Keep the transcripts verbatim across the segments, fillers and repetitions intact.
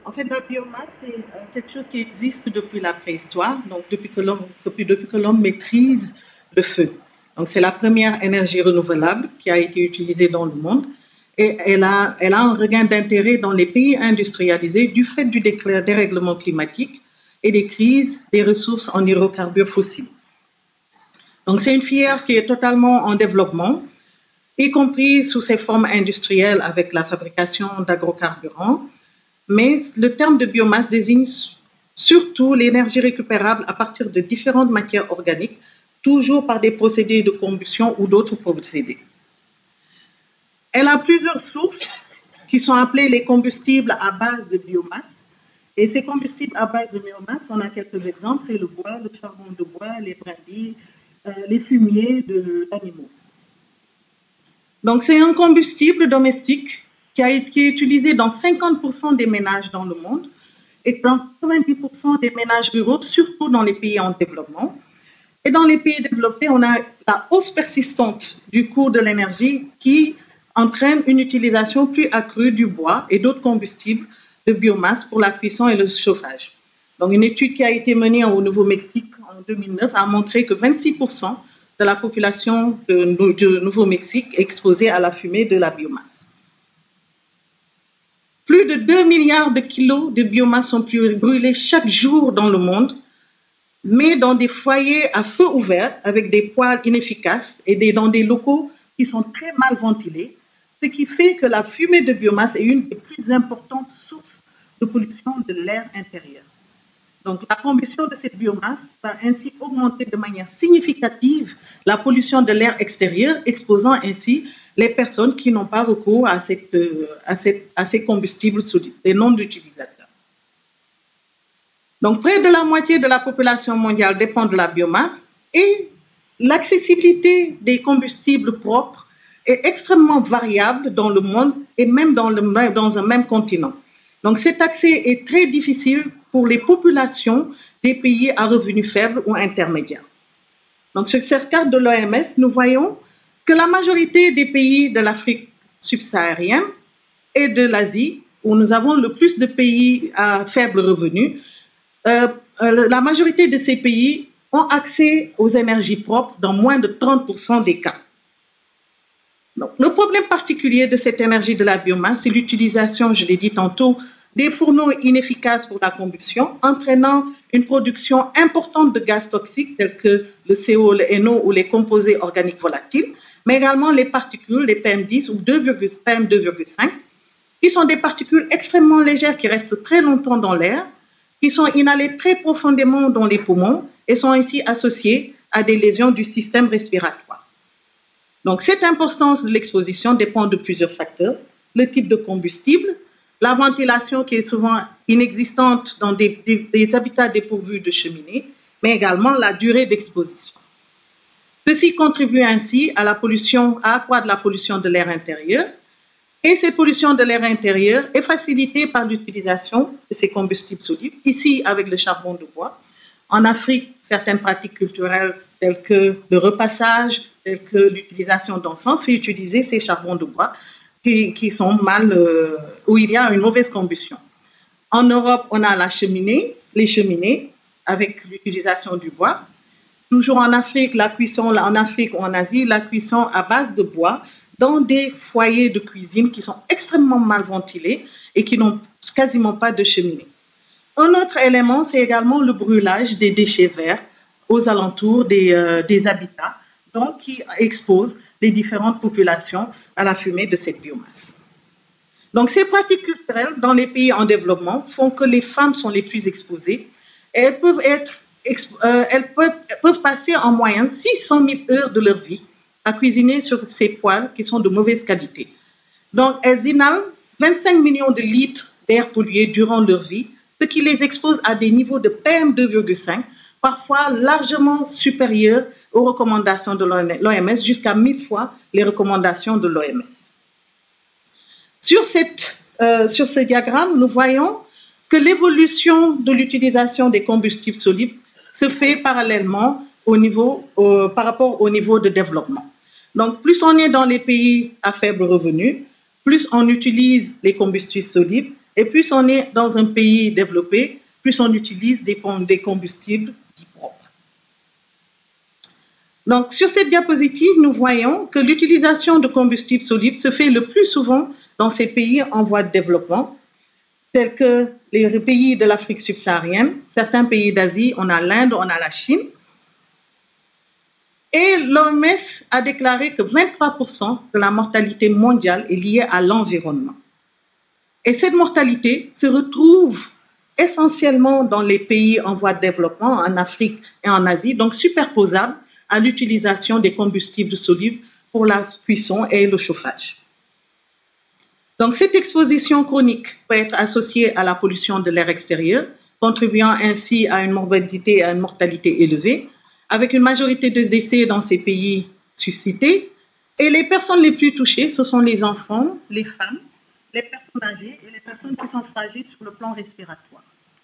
En fait, la biomasse, c'est euh, quelque chose qui existe depuis la préhistoire, donc depuis que l'homme, depuis, depuis que l'homme maîtrise le feu. Donc, c'est la première énergie renouvelable qui a été utilisée dans le monde et elle a, elle a un regain d'intérêt dans les pays industrialisés du fait du dérèglement climatique et des crises des ressources en hydrocarbures fossiles. Donc, c'est une filière qui est totalement en développement, y compris sous ses formes industrielles avec la fabrication d'agrocarburants. Mais le terme de biomasse désigne surtout l'énergie récupérable à partir de différentes matières organiques, toujours par des procédés de combustion ou d'autres procédés. Elle a plusieurs sources qui sont appelées les combustibles à base de biomasse. Et ces combustibles à base de biomasse, on a quelques exemples, c'est le bois, le charbon de bois, les brindilles, euh, les fumiers d'animaux. Donc c'est un combustible domestique qui, a, qui est utilisé dans cinquante pour cent des ménages dans le monde et dans quatre-vingt-dix pour cent des ménages ruraux, surtout dans les pays en développement. Et dans les pays développés, on a la hausse persistante du coût de l'énergie qui entraîne une utilisation plus accrue du bois et d'autres combustibles de biomasse pour la cuisson et le chauffage. Donc, une étude qui a été menée au Nouveau-Mexique en deux mille neuf a montré que vingt-six pour cent de la population du Nouveau-Mexique est exposée à la fumée de la biomasse. Plus de deux milliards de kilos de biomasse sont brûlés chaque jour dans le monde, mais dans des foyers à feu ouvert avec des poêles inefficaces et des, dans des locaux qui sont très mal ventilés, ce qui fait que la fumée de biomasse est une des plus importantes sources de pollution de l'air intérieur. Donc, la combustion de cette biomasse va ainsi augmenter de manière significative la pollution de l'air extérieur, exposant ainsi les personnes qui n'ont pas recours à, cette, à, cette, à ces combustibles des non-utilisateurs. Donc, près de la moitié de la population mondiale dépend de la biomasse et l'accessibilité des combustibles propres est extrêmement variable dans le monde et même dans, le, dans un même continent. Donc, cet accès est très difficile pour les populations des pays à revenus faibles ou intermédiaires. Donc, sur cette carte de l'O M S, nous voyons que la majorité des pays de l'Afrique subsaharienne et de l'Asie, où nous avons le plus de pays à faible revenu, euh, la majorité de ces pays ont accès aux énergies propres dans moins de trente pour cent des cas. Donc, le problème particulier de cette énergie de la biomasse, c'est l'utilisation, je l'ai dit tantôt, des fourneaux inefficaces pour la combustion, entraînant une production importante de gaz toxiques tels que le C O, le N O ou les composés organiques volatiles, mais également les particules, les P M dix ou P M deux virgule cinq, qui sont des particules extrêmement légères qui restent très longtemps dans l'air, qui sont inhalées très profondément dans les poumons et sont ainsi associées à des lésions du système respiratoire. Donc, cette importance de l'exposition dépend de plusieurs facteurs, le type de combustible, la ventilation qui est souvent inexistante dans des, des, des habitats dépourvus de cheminées, mais également la durée d'exposition. Ceci contribue ainsi à la pollution, à accroître la pollution de l'air intérieur, et cette pollution de l'air intérieur est facilitée par l'utilisation de ces combustibles solides, ici avec le charbon de bois. En Afrique, certaines pratiques culturelles telles que le repassage, telles que l'utilisation d'encens, fait utiliser ces charbons de bois qui, qui sont mal, euh, où il y a une mauvaise combustion. En Europe, on a la cheminée, les cheminées avec l'utilisation du bois. Toujours en Afrique, la cuisson, en Afrique ou en Asie, la cuisson à base de bois dans des foyers de cuisine qui sont extrêmement mal ventilés et qui n'ont quasiment pas de cheminée. Un autre élément, c'est également le brûlage des déchets verts aux alentours des, euh, des habitats, donc qui expose les différentes populations à la fumée de cette biomasse. Donc, ces pratiques culturelles dans les pays en développement font que les femmes sont les plus exposées et elles peuvent, être, euh, elles peuvent, elles peuvent passer en moyenne six cent mille heures de leur vie à cuisiner sur ces poêles qui sont de mauvaise qualité. Donc, elles inhalent vingt-cinq millions de litres d'air pollué durant leur vie, ce qui les expose à des niveaux de P M deux virgule cinq, parfois largement supérieurs aux recommandations de l'O M S, jusqu'à mille fois les recommandations de l'O M S. Sur, cette, euh, sur ce diagramme, nous voyons que l'évolution de l'utilisation des combustibles solides se fait parallèlement au niveau, euh, par rapport au niveau de développement. Donc, plus on est dans les pays à faible revenu, plus on utilise les combustibles solides Et plus on est dans un pays développé, plus on utilise des, des combustibles dits propres. Donc, sur cette diapositive, nous voyons que l'utilisation de combustibles solides se fait le plus souvent dans ces pays en voie de développement, tels que les pays de l'Afrique subsaharienne, certains pays d'Asie, on a l'Inde, on a la Chine. Et l'O M S a déclaré que vingt-trois pour cent de la mortalité mondiale est liée à l'environnement. Et cette mortalité se retrouve essentiellement dans les pays en voie de développement, en Afrique et en Asie, donc superposable à l'utilisation des combustibles solides pour la cuisson et le chauffage. Donc, cette exposition chronique peut être associée à la pollution de l'air extérieur, contribuant ainsi à une morbidité et à une mortalité élevée, avec une majorité de décès dans ces pays suscités. Et les personnes les plus touchées, ce sont les enfants, les femmes, les personnes âgées et les personnes qui sont fragiles sur le plan respiratoire.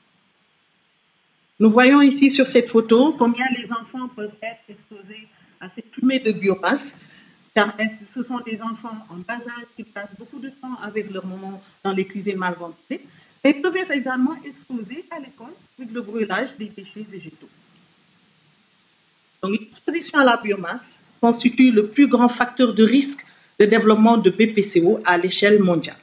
Nous voyons ici sur cette photo combien les enfants peuvent être exposés à cette fumée de biomasse, car ce sont des enfants en bas âge qui passent beaucoup de temps avec leur maman dans les cuisines mal ventilées, et peuvent être également exposés à l'école avec le brûlage des déchets végétaux. Donc, l'exposition à la biomasse constitue le plus grand facteur de risque de développement de B P C O à l'échelle mondiale.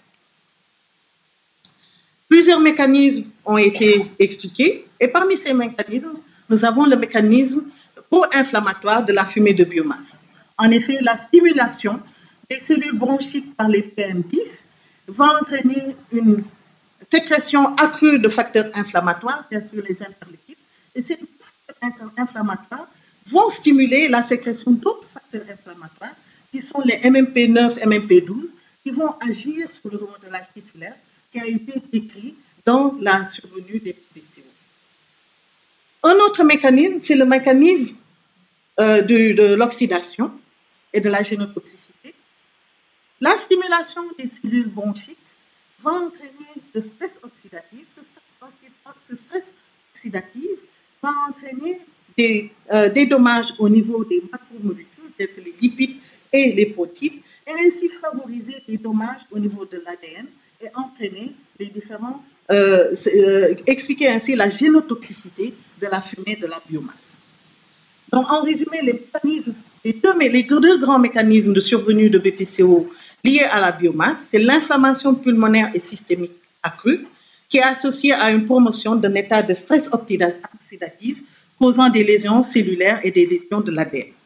Plusieurs mécanismes ont été expliqués et parmi ces mécanismes, nous avons le mécanisme pro-inflammatoire de la fumée de biomasse. En effet, la stimulation des cellules bronchiques par les P M dix va entraîner une sécrétion accrue de facteurs inflammatoires, tels que les interleukines, et ces facteurs inflammatoires vont stimuler la sécrétion d'autres facteurs inflammatoires qui sont les M M P neuf, M M P douze, qui vont agir sur le remodelage tissulaire qui a été décrit dans la survenue des B P C O. Un autre mécanisme, c'est le mécanisme euh, de, de l'oxydation et de la génotoxicité. La stimulation des cellules bronchiques va entraîner le stress oxydatif. Ce stress, ce stress oxydatif va entraîner des, euh, des dommages au niveau des macromolécules, telles que les lipides et les protéines, et ainsi favoriser des dommages au niveau de l'A D N et entraîner les différents, euh, euh, expliquer ainsi la génotoxicité de la fumée de la biomasse. Donc, en résumé, les mécanismes, les deux, les deux grands mécanismes de survenue de B P C O liés à la biomasse, c'est l'inflammation pulmonaire et systémique accrue, qui est associée à une promotion d'un état de stress oxydatif causant des lésions cellulaires et des lésions de l'A D N.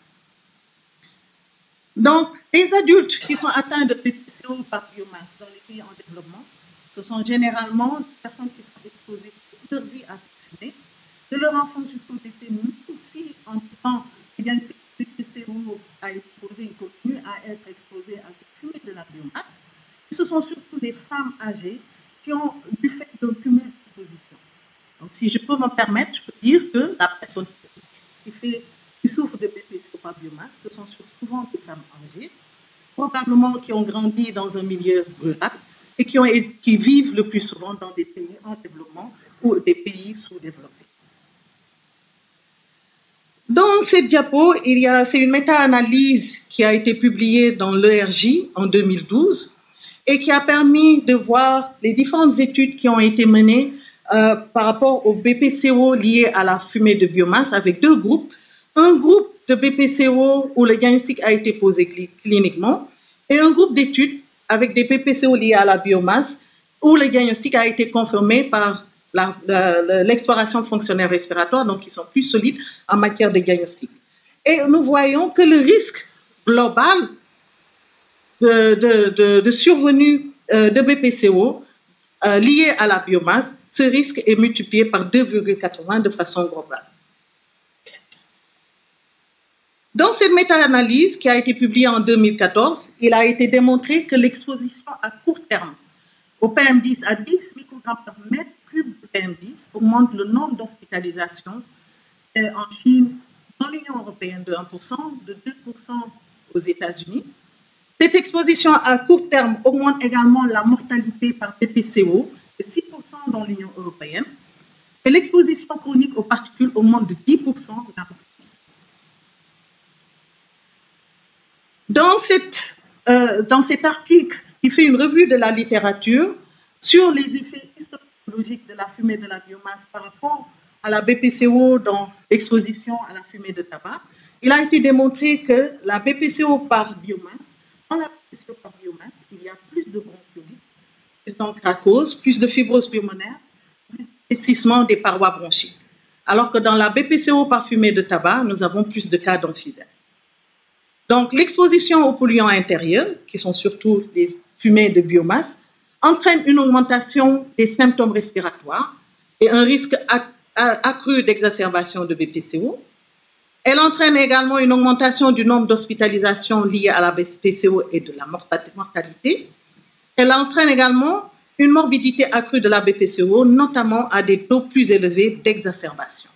Donc, les adultes qui sont atteints de B P C O par biomasse dans les pays en développement, ce sont généralement des personnes qui sont exposées toute leur vie à cette fumée, de leur enfance jusqu'au décès, même si en tout temps, eh bien, ce B P C O a été exposé, il continue à être exposé à cette fumée de la biomasse. Et ce sont surtout des femmes âgées qui ont, du fait d'un cumul d'exposition. Donc, si je peux me permettre, je peux dire que la personne qui, fait, qui souffre de B P C O par biomasse, ce sont souvent des femmes âgées, probablement qui ont grandi dans un milieu rural et qui, ont, qui vivent le plus souvent dans des pays en développement ou des pays sous-développés. Dans cette diapo, il y a, c'est une méta-analyse qui a été publiée dans l'E R J en deux mille douze et qui a permis de voir les différentes études qui ont été menées euh, par rapport au B P C O lié à la fumée de biomasse avec deux groupes. Un groupe de B P C O où le diagnostic a été posé cliniquement et un groupe d'études avec des B P C O liés à la biomasse où le diagnostic a été confirmé par la, la, l'exploration fonctionnelle respiratoire, donc qui sont plus solides en matière de diagnostic. Et nous voyons que le risque global de, de, de, de survenue euh, de B P C O euh, lié à la biomasse, ce risque est multiplié par deux virgule quatre-vingts de façon globale. Dans cette méta-analyse qui a été publiée en deux mille quatorze, il a été démontré que l'exposition à court terme au P M dix à dix microgrammes par mètre cube de P M dix augmente le nombre d'hospitalisations en Chine, dans l'Union européenne de un pour cent, de deux pour cent aux États-Unis. Cette exposition à court terme augmente également la mortalité par B P C O de six pour cent dans l'Union européenne et l'exposition chronique aux particules augmente de dix pour cent de la mortalité. Dans, cette, euh, dans cet article qui fait une revue de la littérature sur les effets histologiques de la fumée de la biomasse par rapport à la B P C O dans l'exposition à la fumée de tabac, il a été démontré que la B P C O par biomasse, dans la B P C O par biomasse, il y a plus de bronchiolite, plus d'anthracose, plus de fibrose pulmonaire, plus d'investissement des parois bronchiques. Alors que dans la B P C O par fumée de tabac, nous avons plus de cas d'emphysème. Donc, l'exposition aux polluants intérieurs, qui sont surtout des fumées de biomasse, entraîne une augmentation des symptômes respiratoires et un risque accru d'exacerbation de B P C O. Elle entraîne également une augmentation du nombre d'hospitalisations liées à la B P C O et de la mortalité. Elle entraîne également une morbidité accrue de la B P C O, notamment à des taux plus élevés d'exacerbation.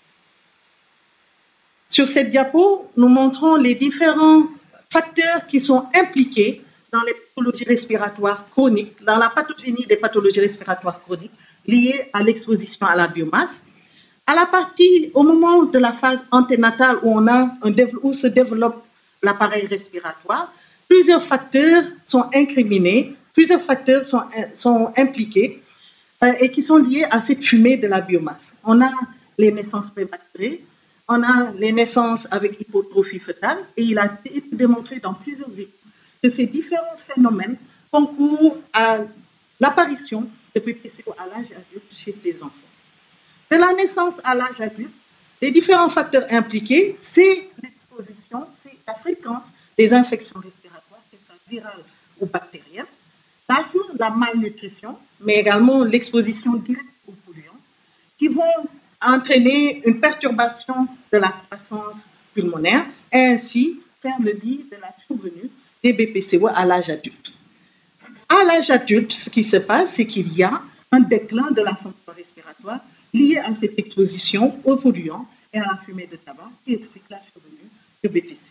Sur cette diapo, nous montrons les différents facteurs qui sont impliqués dans les pathologies respiratoires chroniques, dans la pathogénie des pathologies respiratoires chroniques liées à l'exposition à la biomasse. À la partie, au moment de la phase anténatale où, on a un, où se développe l'appareil respiratoire, plusieurs facteurs sont incriminés, plusieurs facteurs sont, sont impliqués euh, et qui sont liés à cette fumée de la biomasse. On a les naissances prématurées, on a les naissances avec hypotrophie fœtale et il a été démontré dans plusieurs études que ces différents phénomènes concourent à l'apparition de B P C O à l'âge adulte chez ces enfants. De la naissance à l'âge adulte, les différents facteurs impliqués, c'est l'exposition, c'est la fréquence des infections respiratoires, qu'elles soient virales ou bactériennes, l'asthme, la malnutrition, mais également l'exposition directe aux polluants, qui vont entraîner une perturbation de la croissance pulmonaire et ainsi faire le lit de la survenue des B P C O à l'âge adulte. À l'âge adulte, ce qui se passe, c'est qu'il y a un déclin de la fonction respiratoire lié à cette exposition aux polluants et à la fumée de tabac qui explique la survenue de B P C O.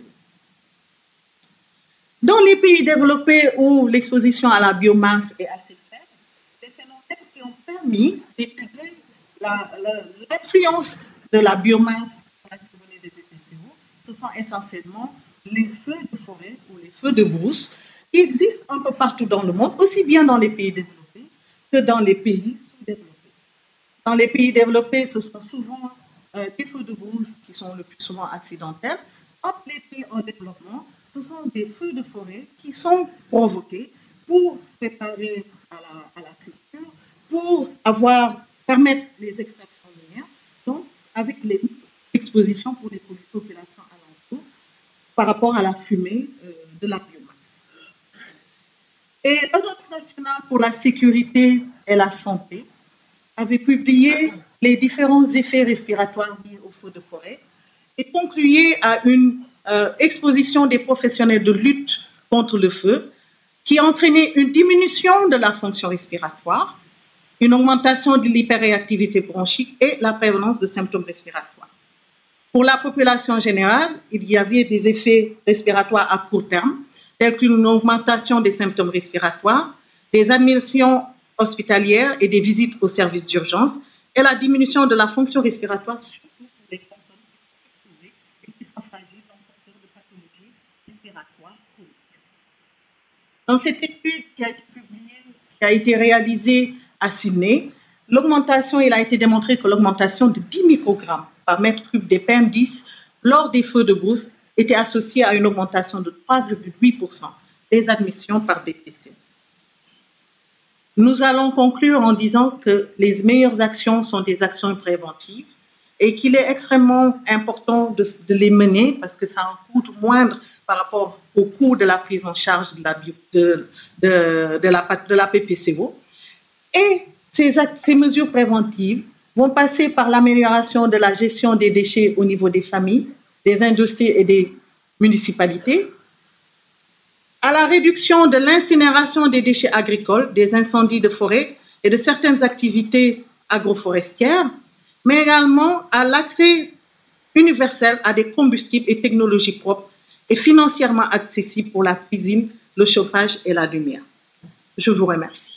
Dans les pays développés où l'exposition à la biomasse est assez faible, des phénomènes qui ont permis d'étudier l'influence de la biomasse sur la survenue de B P C O, ce sont essentiellement les feux de forêt ou les feux de brousse qui existent un peu partout dans le monde, aussi bien dans les pays développés que dans les pays sous-développés. Dans les pays développés, ce sont souvent euh, des feux de brousse qui sont le plus souvent accidentels. Entre les pays en développement, ce sont des feux de forêt qui sont provoqués pour préparer à la, à la culture, pour avoir, permettre les extractions minières, donc avec l'exposition pour les populations alentours par rapport à la fumée euh, de la biomasse. Et l'Agence nationale pour la sécurité et la santé avait publié les différents effets respiratoires liés aux feux de forêt et concluait à une euh, exposition des professionnels de lutte contre le feu qui entraînait une diminution de la fonction respiratoire, une augmentation de l'hyperréactivité bronchique et la prévalence de symptômes respiratoires. Pour la population générale, il y avait des effets respiratoires à court terme, tels qu'une augmentation des symptômes respiratoires, des admissions hospitalières et des visites aux services d'urgence, et la diminution de la fonction respiratoire, surtout pour les personnes exposées et qui sont fragiles dans le de pathologie respiratoire chronique. Dans cette étude qui a été publiée, qui a été réalisée à Sydney, l'augmentation, il a été démontré que l'augmentation de dix microgrammes par mètre cube des P M dix lors des feux de brousse était associée à une augmentation de trois virgule huit pour cent des admissions par B P C O. Nous allons conclure en disant que les meilleures actions sont des actions préventives et qu'il est extrêmement important de, de les mener parce que ça a un coût moindre par rapport au coût de la prise en charge de la, de, de, de la, de la B P C O. Et ces, ces mesures préventives vont passer par l'amélioration de la gestion des déchets au niveau des familles, des industries et des municipalités, à la réduction de l'incinération des déchets agricoles, des incendies de forêt et de certaines activités agroforestières, mais également à l'accès universel à des combustibles et technologies propres et financièrement accessibles pour la cuisine, le chauffage et la lumière. Je vous remercie.